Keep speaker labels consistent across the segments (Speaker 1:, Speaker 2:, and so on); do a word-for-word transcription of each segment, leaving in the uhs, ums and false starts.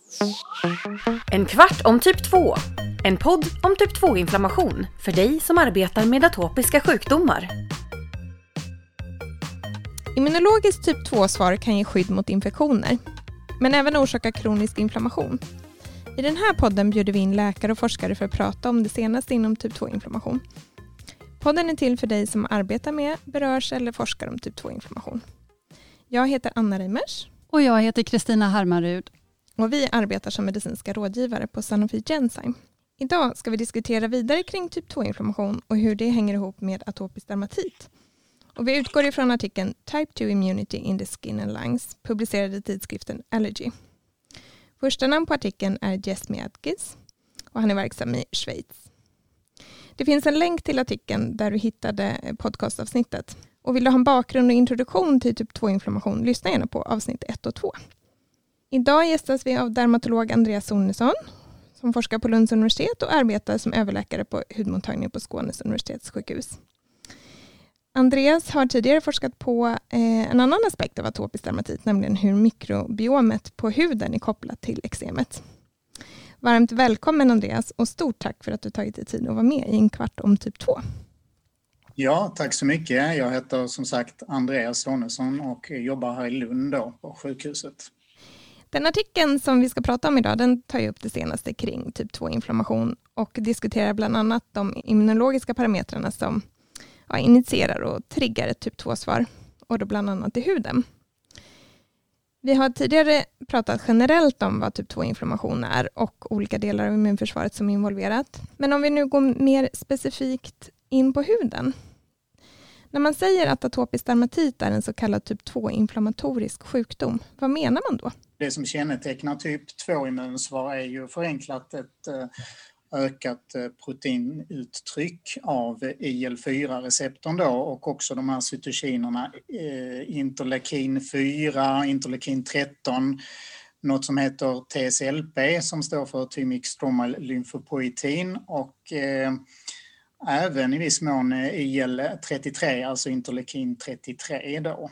Speaker 1: En kvart om typ två. En podd om typ två-inflammation för dig som arbetar med atopiska sjukdomar.
Speaker 2: Immunologiskt typ två-svar kan ge skydd mot infektioner, men även orsaka kronisk inflammation. I den här podden bjuder vi in läkare och forskare för att prata om det senaste inom typ två-inflammation. Podden är till för dig som arbetar med, berörs eller forskar om typ två-inflammation. Jag heter Anna Reimers.
Speaker 3: Och jag heter Kristina Harmarud.
Speaker 2: Och vi arbetar som medicinska rådgivare på Sanofi Genzyme. Idag ska vi diskutera vidare kring typ två-inflammation och hur det hänger ihop med atopisk dermatit. Och vi utgår ifrån artikeln Type two Immunity in the Skin and Lungs, publicerad i tidskriften Allergy. Första namn på artikeln är Jesme Adkis och han är verksam i Schweiz. Det finns en länk till artikeln där du hittade podcastavsnittet. Och vill du ha en bakgrund och introduktion till typ två-inflammation, lyssna gärna på avsnitt ett och två. Idag gästas vi av dermatolog Andreas Sonesson som forskar på Lunds universitet och arbetar som överläkare på hudmottagningen på Skånes universitetssjukhus. Andreas har tidigare forskat på eh, en annan aspekt av atopisk dermatit, nämligen hur mikrobiomet på huden är kopplat till eksemet. Varmt välkommen Andreas och stort tack för att du tagit dig tid att vara med i en kvart om typ två.
Speaker 4: Ja, tack så mycket. Jag heter som sagt Andreas Sonesson och jobbar här i Lund då, på sjukhuset.
Speaker 2: Den artikeln som vi ska prata om idag, den tar ju upp det senaste kring typ två-inflammation och diskuterar bland annat de immunologiska parametrarna som ja, initierar och triggar ett typ två-svar och då bland annat i huden. Vi har tidigare pratat generellt om vad typ två-inflammation är och olika delar av immunförsvaret som är involverat. Men om vi nu går mer specifikt in på huden. När man säger att atopisk dermatit är en så kallad typ två-inflammatorisk sjukdom, vad menar man då?
Speaker 4: Det som kännetecknar typ två-immunsvar är ju förenklat ett ökat proteinuttryck av I L fyra receptorn då och också de här cytokinerna interleukin fyra, interleukin tretton, något som heter T S L P som står för thymic stromal lymphopoietin och eh, även i viss mån I L trettiotre, alltså interleukin trettiotre då.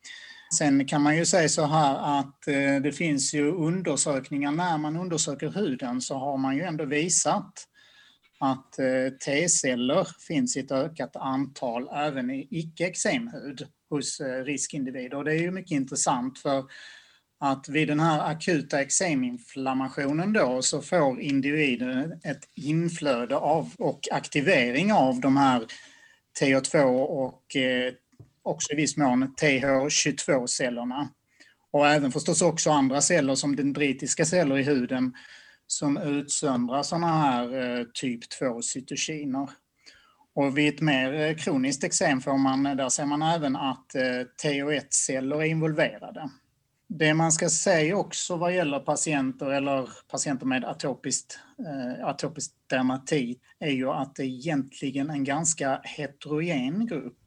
Speaker 4: Sen kan man ju säga så här att eh, det finns ju undersökningar, när man undersöker huden så har man ju ändå visat att eh, T-celler finns i ett ökat antal även i icke-eksemhud hos eh, riskindivider. Och det är ju mycket intressant för att vid den här akuta ekseminflammationen då så får individen ett inflöde av och aktivering av de här T H två och eh, också i viss mån T H tjugotvå-cellerna. Och även förstås också andra celler som dendritiska celler i huden som utsöndrar sådana här eh, typ två-cytokiner. Och vid ett mer eh, kroniskt eksem får man, där ser man även att eh, T H ett-celler är involverade. Det man ska säga också vad gäller patienter eller patienter med atopiskt, eh, atopisk dermatit är ju att det är egentligen en ganska heterogen grupp.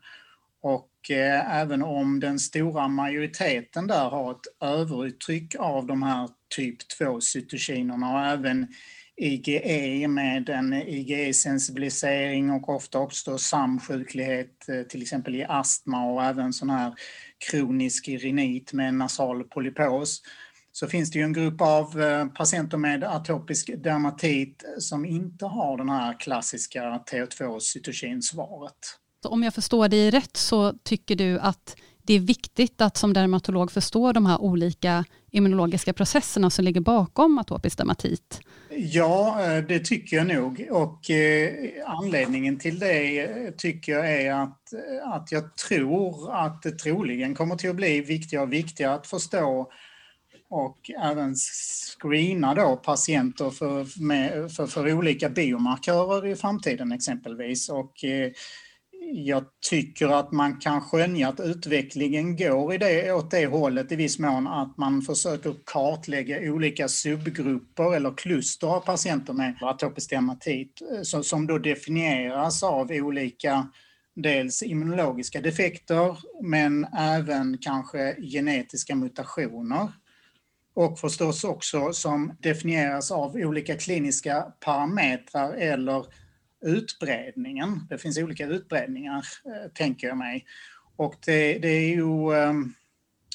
Speaker 4: Och eh, även om den stora majoriteten där har ett överuttryck av de här typ två-cytokinerna och även I G E med en I G E-sensibilisering och ofta också samsjuklighet eh, till exempel i astma och även sån här kronisk rinit med nasal polypos, så finns det ju en grupp av eh, patienter med atopisk dermatit som inte har den här klassiska T H två-cytokinsvaret.
Speaker 3: Om jag förstår dig rätt så tycker du att det är viktigt att som dermatolog förstå de här olika immunologiska processerna som ligger bakom atopisk dermatit?
Speaker 4: Ja, det tycker jag nog. Och eh, anledningen till det tycker jag är att, att jag tror att det troligen kommer till att bli viktigare och viktigare att förstå och även screena då patienter för, med, för, för olika biomarkörer i framtiden exempelvis. Och eh, jag tycker att man kan skönja att utvecklingen går i det, åt det hållet i viss mån att man försöker kartlägga olika subgrupper eller kluster av patienter med atopisk dermatit som då definieras av olika dels immunologiska defekter men även kanske genetiska mutationer. Och förstås också som definieras av olika kliniska parametrar eller utbredningen. Det finns olika utbredningar, eh, tänker jag mig. Och det, det är ju... Eh,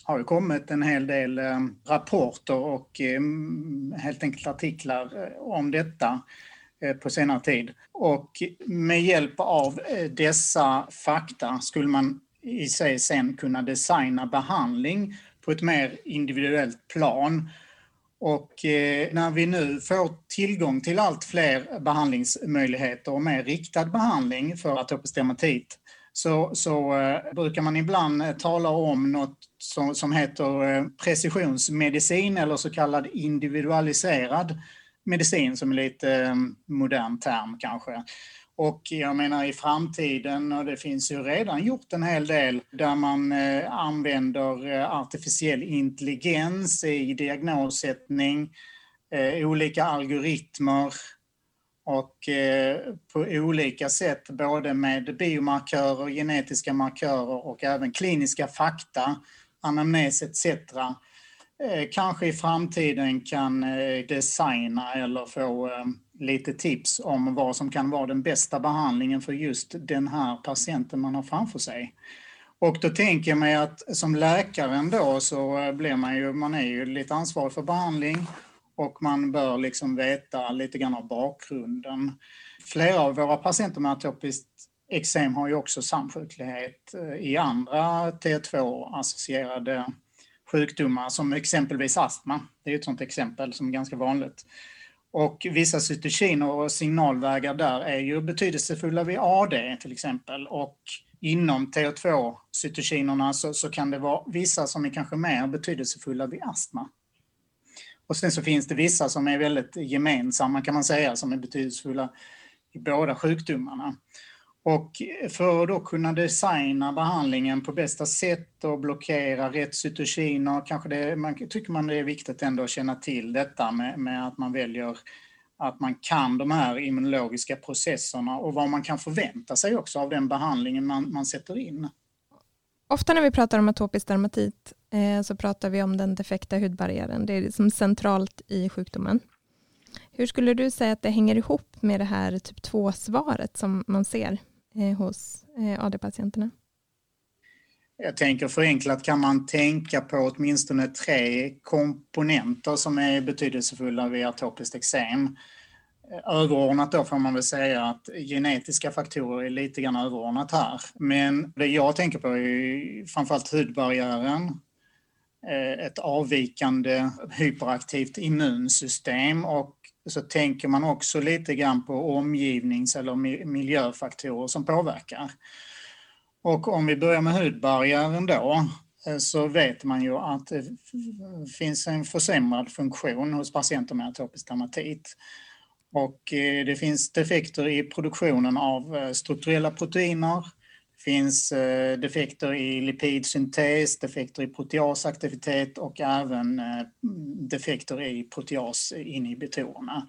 Speaker 4: har ju kommit en hel del eh, rapporter och eh, helt enkelt artiklar eh, om detta eh, på senare tid. Och med hjälp av eh, dessa fakta skulle man i sig sen kunna designa behandling på ett mer individuellt plan. Och eh, när vi nu får tillgång till allt fler behandlingsmöjligheter och mer riktad behandling för atopisk dermatit så, så eh, brukar man ibland eh, tala om något som, som heter eh, precisionsmedicin eller så kallad individualiserad medicin som är lite eh, modern term kanske. Och jag menar i framtiden, och det finns ju redan gjort en hel del där man eh, använder eh, artificiell intelligens i diagnossättning, eh, olika algoritmer och eh, på olika sätt både med biomarkörer, genetiska markörer och även kliniska fakta, anamnes et cetera. Eh, kanske i framtiden kan eh, designa eller få eh, lite tips om vad som kan vara den bästa behandlingen för just den här patienten man har framför sig. Och då tänker jag mig att som läkaren då så blir man ju, man är ju lite ansvarig för behandling och man bör liksom veta lite grann av bakgrunden. Flera av våra patienter med atopiskt eksem har ju också samsjuklighet i andra T två-associerade sjukdomar som exempelvis astma. Det är ett sådant exempel som är ganska vanligt. Och vissa cytokiner och signalvägar där är ju betydelsefulla vid A D till exempel. Och inom T två-cytokinerna så, så kan det vara vissa som är kanske mer betydelsefulla vid astma. Och sen så finns det vissa som är väldigt gemensamma kan man säga som är betydelsefulla i båda sjukdomarna. Och för att då kunna designa behandlingen på bästa sätt och blockera rätt cytokiner, kanske det, man, tycker man det är viktigt ändå att känna till detta med, med att man väljer att man kan de här immunologiska processerna och vad man kan förvänta sig också av den behandlingen man, man sätter in.
Speaker 2: Ofta när vi pratar om atopisk dermatit eh, så pratar vi om den defekta hudbarriären. Det är liksom centralt i sjukdomen. Hur skulle du säga att det hänger ihop med det här typ två-svaret som man ser eh, hos eh, A D-patienterna?
Speaker 4: Jag tänker förenklat kan man tänka på åtminstone tre komponenter som är betydelsefulla vid atopiskt eksem. Överordnat då får man väl säga att genetiska faktorer är lite grann överordnat här. Men det jag tänker på är framförallt hudbarriären, ett avvikande hyperaktivt immunsystem och så tänker man också lite grann på omgivnings- eller miljöfaktorer som påverkar. Och om vi börjar med hudbarriären då så vet man ju att det finns en försämrad funktion hos patienter med atopisk dermatit. Och det finns defekter i produktionen av strukturella proteiner. Det finns defekter i lipidsyntes, defekter i proteasaktivitet och även defekter i proteasinhibitorerna.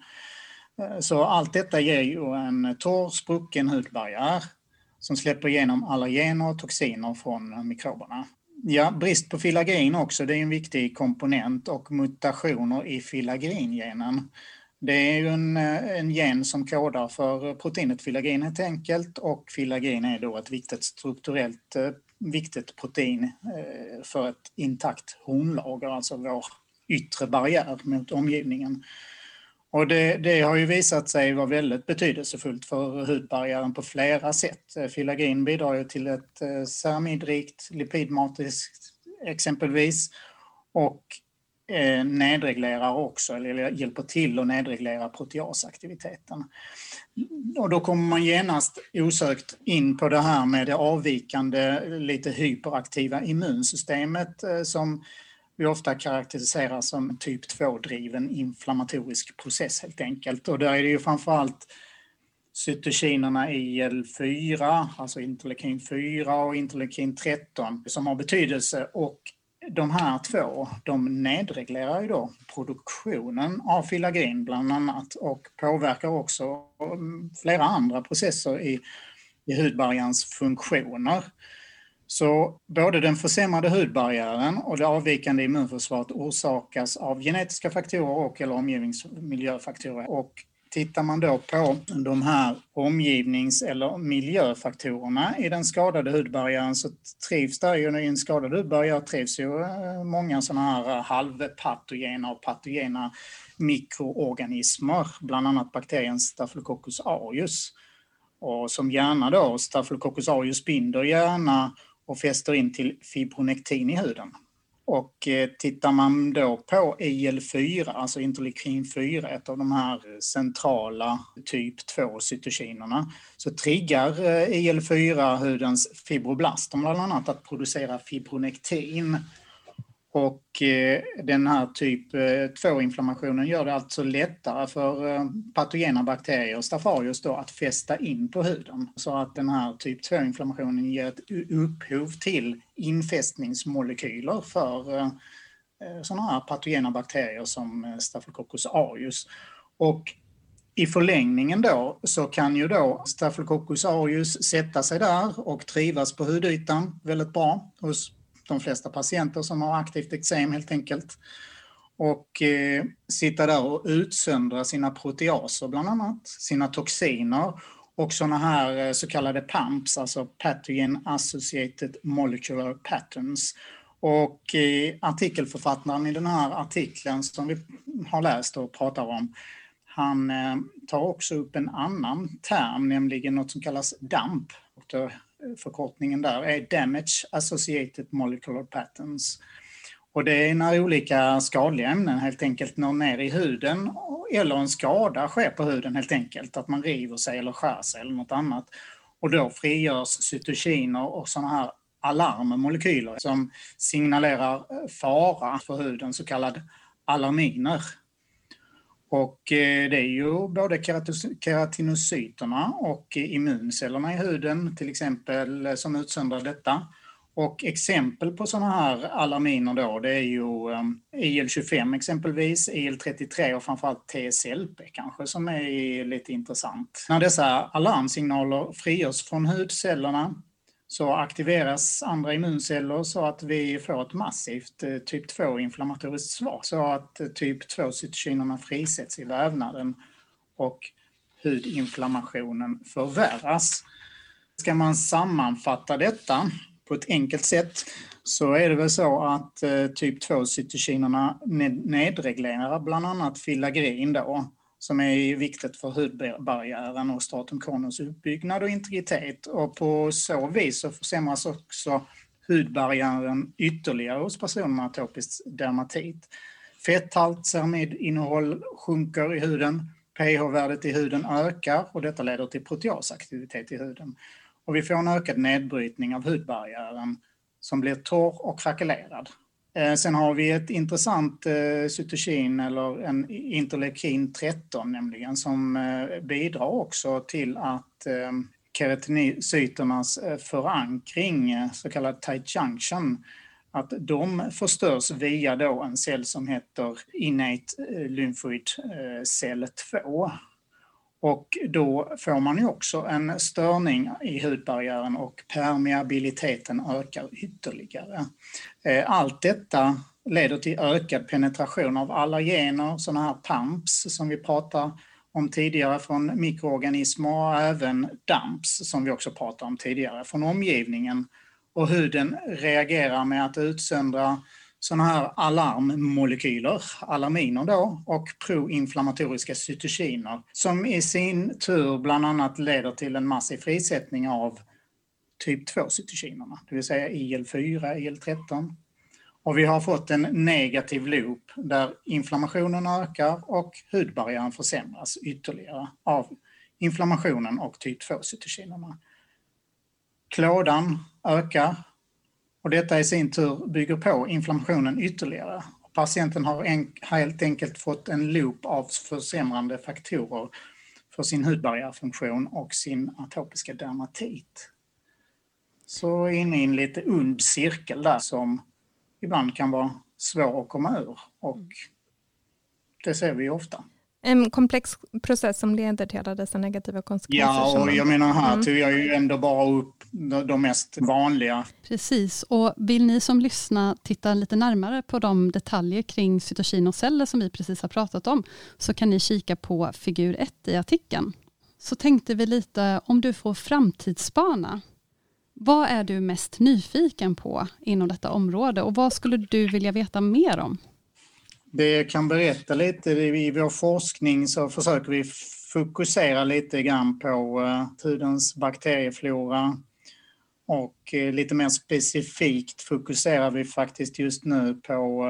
Speaker 4: Så allt detta ger ju en torr, sprucken hudbarriär som släpper igenom allergener och toxiner från mikroberna. Ja, brist på filagrin också, det är en viktig komponent och mutationer i filagringenen. Det är ju en, en gen som kodar för proteinet filagrin helt enkelt och filagrin är då ett viktigt strukturellt viktigt protein för ett intakt hornlager, alltså vår yttre barriär mot omgivningen. Och det, det har ju visat sig vara väldigt betydelsefullt för hudbarriären på flera sätt. Filagrin bidrar ju till ett ceramidrikt lipidmatrix exempelvis och eh, nedreglerar också, eller hjälper till att nedreglera proteasaktiviteten. Och då kommer man genast osökt in på det här med det avvikande, lite hyperaktiva immunsystemet eh, som vi ofta karaktäriserar som typ två-driven inflammatorisk process helt enkelt. Och där är det ju framförallt cytokinerna I L fyra, alltså interleukin fyra och interleukin tretton som har betydelse. Och de här två, de nedreglerar ju då produktionen av filagrin bland annat och påverkar också flera andra processer i, i hudbarriärens funktioner. Så både den försämrade hudbarriären och det avvikande immunförsvaret orsakas av genetiska faktorer och eller omgivningsmiljöfaktorer. Och Tittar man då på de här omgivnings- eller miljöfaktorerna i den skadade hudbarriären så trivs där ju i en skadad hudbarriär trivs ju många sådana här halvpatogena och patogena mikroorganismer, bland annat bakterien Staphylococcus aureus. Och som gärna då, Staphylococcus aureus binder gärna och fäster in till fibronektin i huden. Och eh, tittar man då på I L fyra, alltså interleukin fyra, ett av de här centrala typ två cytokinerna, så triggar eh, I L fyra hudens fibroblaster bland annat att producera fibronektin. Och eh, den här typ två-inflammationen gör det alltså lättare för eh, patogena bakterier, Staph aureus då, att fästa in på huden. Så att den här typ två-inflammationen ger ett upphov till infästningsmolekyler för eh, sådana här patogena bakterier som Staphylococcus aureus. Och i förlängningen då så kan ju då Staphylococcus aureus sätta sig där och trivas på hudytan väldigt bra hos de flesta patienter som har aktivt eksem helt enkelt. Och eh, sitta där och utsöndra sina proteaser bland annat, sina toxiner och sådana här eh, så kallade P A M Ps, alltså Pathogen Associated Molecular Patterns. Och eh, artikelförfattaren i den här artikeln som vi har läst och pratar om, han eh, tar också upp en annan term, nämligen något som kallas D A M P. Och då, förkortningen där är Damage Associated Molecular Patterns. Och det är när olika skadliga ämnen helt enkelt når ner i huden eller en skada sker på huden helt enkelt. Att man river sig eller skär sig eller något annat. Och då frigörs cytokiner och sådana här alarmmolekyler som signalerar fara för huden, så kallade alarminer. Och det är ju både keratinocyterna och immuncellerna i huden till exempel som utsöndrar detta. Och exempel på sådana här alarminer då, det är ju I L tjugofem exempelvis, I L trettiotre och framförallt T S L P kanske som är lite intressant. När dessa alarmsignaler frigörs från hudcellerna så aktiveras andra immunceller så att vi får ett massivt typ två-inflammatoriskt svar. Så att typ två-cytokinerna frisätts i vävnaden och hudinflammationen förvärras. Ska man sammanfatta detta på ett enkelt sätt så är det väl så att typ två-cytokinerna nedreglerar bland annat filagrin då, som är viktigt för hudbarriären och stratum corneus uppbyggnad och integritet. Och på så vis så försämras också hudbarriären ytterligare hos personer med atopisk dermatit. Fetthalt, ceramidinehåll sjunker i huden, pH-värdet i huden ökar och detta leder till proteasaktivitet i huden. Och vi får en ökad nedbrytning av hudbarriären som blir torr och krackelerad. Sen har vi ett intressant eh, cytokin eller en interleukin tretton nämligen som eh, bidrar också till att eh, keratinocyternas eh, förankring, eh, så kallad tight junction, att de förstörs via då en cell som heter innate eh, lymphoid eh, cell två. Och då får man ju också en störning i hudbarriären och permeabiliteten ökar ytterligare. Allt detta leder till ökad penetration av allergener, sådana här P A M Ps som vi pratade om tidigare från mikroorganismer och även D A M Ps som vi också pratade om tidigare från omgivningen. Och huden reagerar med att utsöndra sådana här alarmmolekyler, alarminer då, och proinflammatoriska cytokiner som i sin tur bland annat leder till en massiv frisättning av typ två-cytokinerna, det vill säga I L fyra, I L tretton. Och vi har fått en negativ loop där inflammationen ökar och hudbarriären försämras ytterligare av inflammationen och typ två-cytokinerna. Klådan ökar. Och detta i sin tur bygger på inflammationen ytterligare. Patienten har en, helt enkelt fått en loop av försämrande faktorer för sin hudbarriärfunktion och sin atopiska dermatit. Så inne i en lite ond cirkel där som ibland kan vara svår att komma ur. Och det ser vi ofta.
Speaker 2: En komplex process som leder till alla dessa negativa konsekvenser.
Speaker 4: Ja, och jag menar här
Speaker 2: mm.
Speaker 4: tog jag ju ändå bara upp de mest vanliga.
Speaker 3: Precis, och vill ni som lyssnar titta lite närmare på de detaljer kring cytokin och celler som vi precis har pratat om, så kan ni kika på figur ett i artikeln. Så tänkte vi lite, om du får framtidsspana, vad är du mest nyfiken på inom detta område och vad skulle du vilja veta mer om?
Speaker 4: Det jag kan berätta lite, i vår forskning så försöker vi fokusera lite grann på hudens bakterieflora och lite mer specifikt fokuserar vi faktiskt just nu på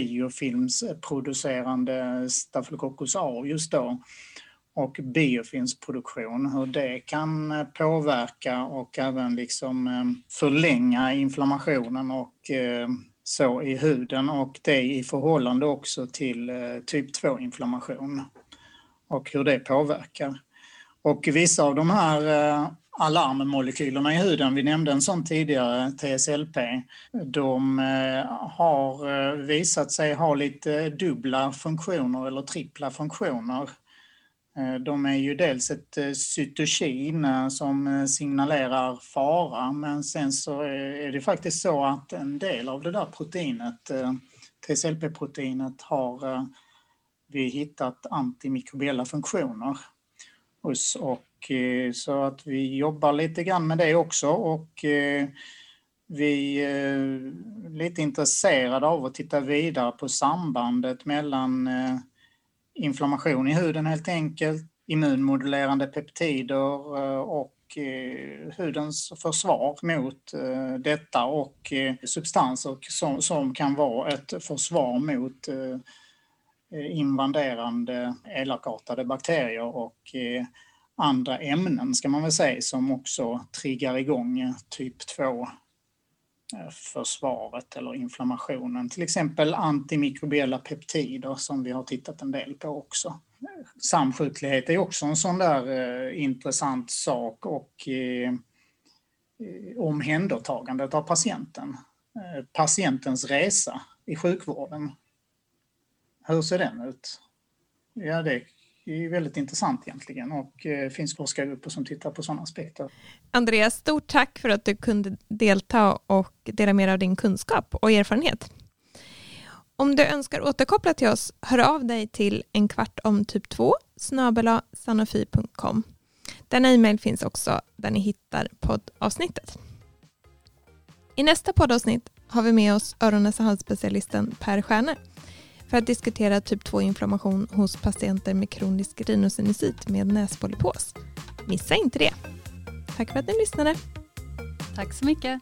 Speaker 4: biofilmsproducerande Staphylococcus aureus då och biofilmsproduktion, hur det kan påverka och även liksom förlänga inflammationen och så i huden och det i förhållande också till typ två-inflammation och hur det påverkar. Och vissa av de här alarmmolekylerna i huden, vi nämnde en sån tidigare, T S L P, de har visat sig ha lite dubbla funktioner eller trippla funktioner. De är ju dels ett cytokin som signalerar fara, men sen så är det faktiskt så att en del av det där proteinet, T S L P-proteinet, har vi hittat antimikrobiella funktioner hos, och så att vi jobbar lite grann med det också och vi är lite intresserade av att titta vidare på sambandet mellan inflammation i huden helt enkelt, immunmodulerande peptider och hudens försvar mot detta och substanser som, som kan vara ett försvar mot invaderande elakartade bakterier och andra ämnen ska man väl säga som också triggar igång typ två försvaret eller inflammationen. Till exempel antimikrobiella peptider som vi har tittat en del på också. Samsjuklighet är också en sån där eh, intressant sak och eh, omhändertagandet av patienten. Eh, patientens resa i sjukvården. Hur ser den ut? Ja, det är väldigt intressant egentligen och det eh, finns forskargrupper som tittar på sådana aspekter.
Speaker 2: Andreas, stort tack för att du kunde delta och dela mer av din kunskap och erfarenhet. Om du önskar återkoppla till oss, hör av dig till en kvart om typ två snabel-a sanofi punkt com. Denna e-mail finns också där ni hittar poddavsnittet. I nästa poddavsnitt har vi med oss öron-, näsa- och halsspecialisten Per Stjärne för att diskutera typ två-inflammation hos patienter med kronisk rhinosinusit med näspolypos. Missa inte det. Tack för att ni lyssnade.
Speaker 3: Tack så mycket.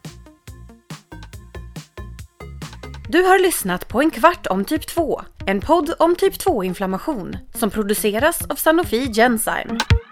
Speaker 1: Du har lyssnat på en kvart om typ två, en podd om typ två-inflammation som produceras av Sanofi Genzyme.